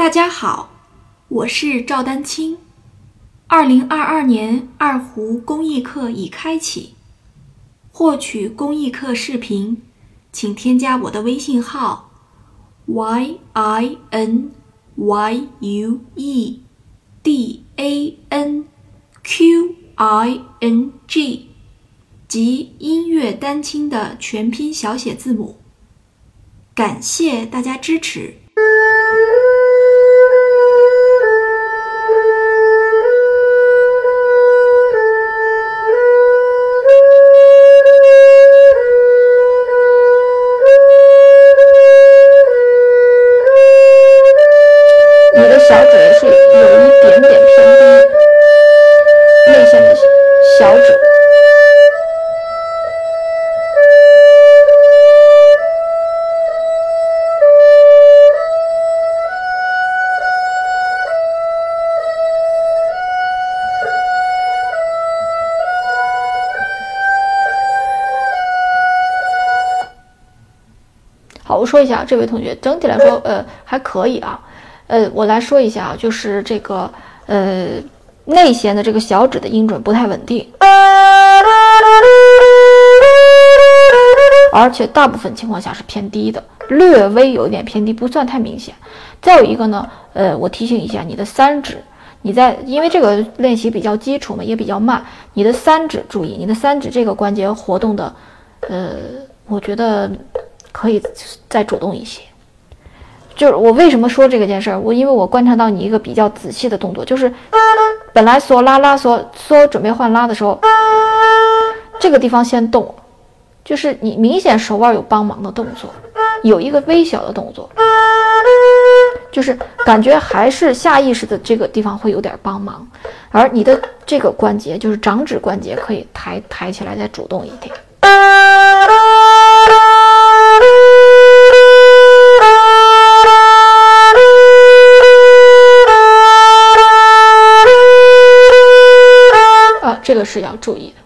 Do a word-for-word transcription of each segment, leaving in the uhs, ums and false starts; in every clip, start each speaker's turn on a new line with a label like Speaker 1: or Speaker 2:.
Speaker 1: 大家好，我是赵丹青。二零二二年二胡公益课已开启，获取公益课视频，请添加我的微信号 y i n y u e d a n q i n g， 即音乐丹青的全拼小写字母。感谢大家支持。
Speaker 2: 你的小指也是有一点点偏低，内线的小指。好，我说一下这位同学，整体来说，呃，还可以啊。呃，我来说一下啊，就是这个呃内弦的这个小指的音准不太稳定，而且大部分情况下是偏低的，略微有一点偏低，不算太明显。再有一个呢，呃，我提醒一下你的三指，你在因为这个练习比较基础嘛，也比较慢，你的三指注意，你的三指这个关节活动的，呃，我觉得可以再主动一些。就是我为什么说这个件事儿，我因为我观察到你一个比较仔细的动作，就是本来嗦拉拉嗦嗦准备换拉的时候，这个地方先动，就是你明显手腕有帮忙的动作，有一个微小的动作，就是感觉还是下意识的这个地方会有点帮忙，而你的这个关节就是掌指关节可以抬抬起来再主动一点。啊，这个是要注意的。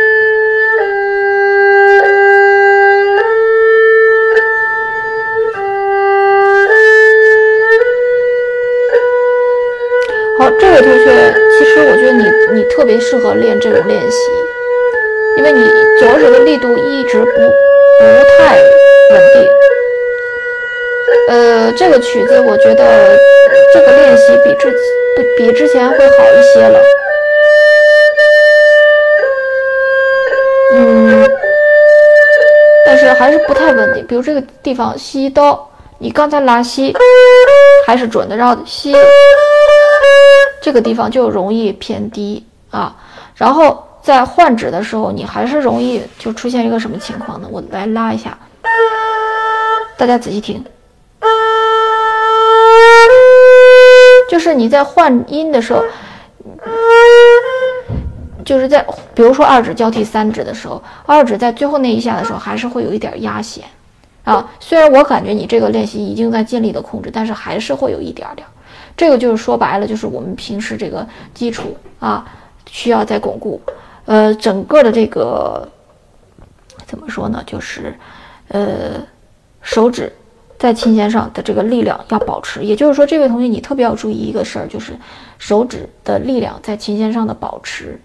Speaker 2: 好，这位同学，其实我觉得你你特别适合练这种练习，因为你左手的力度一直不不太稳定。呃，这个曲子我觉得这个练习比之比之前会好一些了。嗯，但是还是不太稳定。比如这个地方西哆，你刚才拉西还是准的，然后西这个地方就容易偏低啊。然后在换指的时候，你还是容易就出现一个什么情况呢？我来拉一下，大家仔细听，就是你在换音的时候。就是在比如说二指交替三指的时候，二指在最后那一下的时候还是会有一点压弦啊。虽然我感觉你这个练习已经在尽力的控制，但是还是会有一点点。这个就是说白了，就是我们平时这个基础啊需要再巩固。呃，整个的这个怎么说呢？就是呃手指在琴弦上的这个力量要保持。也就是说，这位同学你特别要注意一个事儿，就是手指的力量在琴弦上的保持。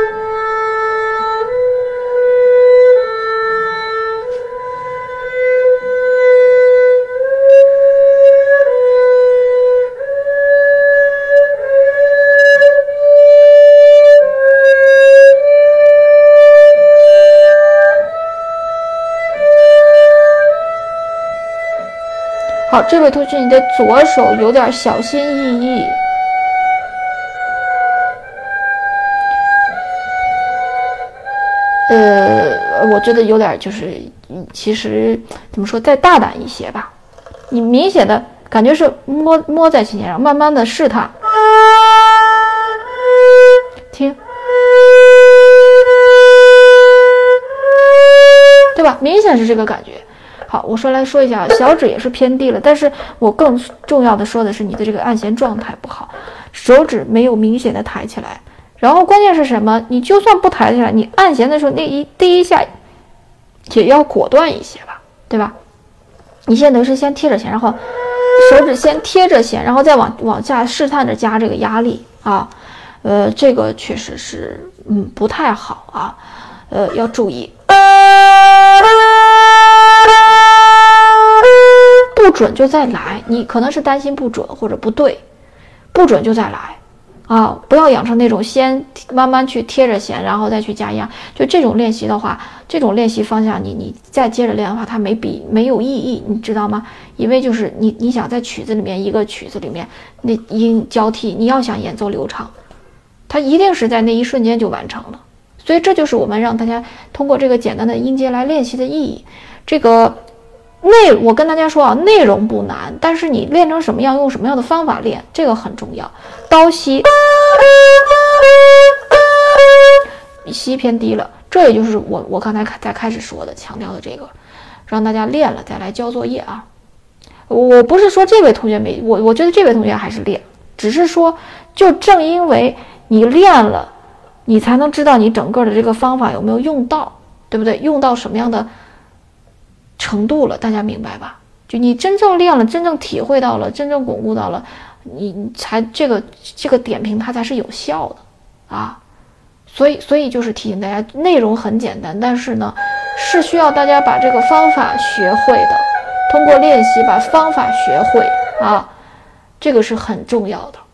Speaker 2: 好，这位同学，你的左手有点小心翼翼。呃，我觉得有点就是，其实怎么说，再大胆一些吧。你明显的感觉是摸摸在琴弦上，慢慢的试探，听，对吧？明显是这个感觉。好，我说来说一下，小指也是偏低了，但是我更重要的说的是你的这个按弦状态不好，手指没有明显的抬起来。然后关键是什么？你就算不抬起来，你按弦的时候那一第一下也要果断一些吧，对吧？你现在是先贴着弦，然后手指先贴着弦，然后再往往下试探着加这个压力啊，呃，这个确实是嗯不太好啊，呃，要注意。不准就再来，你可能是担心不准或者不对，不准就再来啊！不要养成那种先慢慢去贴着弦，然后再去加压。就这种练习的话，这种练习方向你你再接着练的话，它没比没有意义，你知道吗？因为就是你你想在曲子里面一个曲子里面那音交替，你要想演奏流畅，它一定是在那一瞬间就完成了。所以这就是我们让大家通过这个简单的音阶来练习的意义。这个内我跟大家说啊，内容不难，但是你练成什么样，用什么样的方法练，这个很重要。刀西，西偏低了，这也就是我我刚才在开始说的，强调的这个，让大家练了再来交作业啊。我不是说这位同学没我，我觉得这位同学还是练，只是说就正因为你练了，你才能知道你整个的这个方法有没有用到，对不对？用到什么样的程度了，大家明白吧？就你真正练了，真正体会到了，真正巩固到了，你才这个这个点评它才是有效的啊。所以所以就是提醒大家，内容很简单，但是呢，是需要大家把这个方法学会的，通过练习把方法学会啊，这个是很重要的。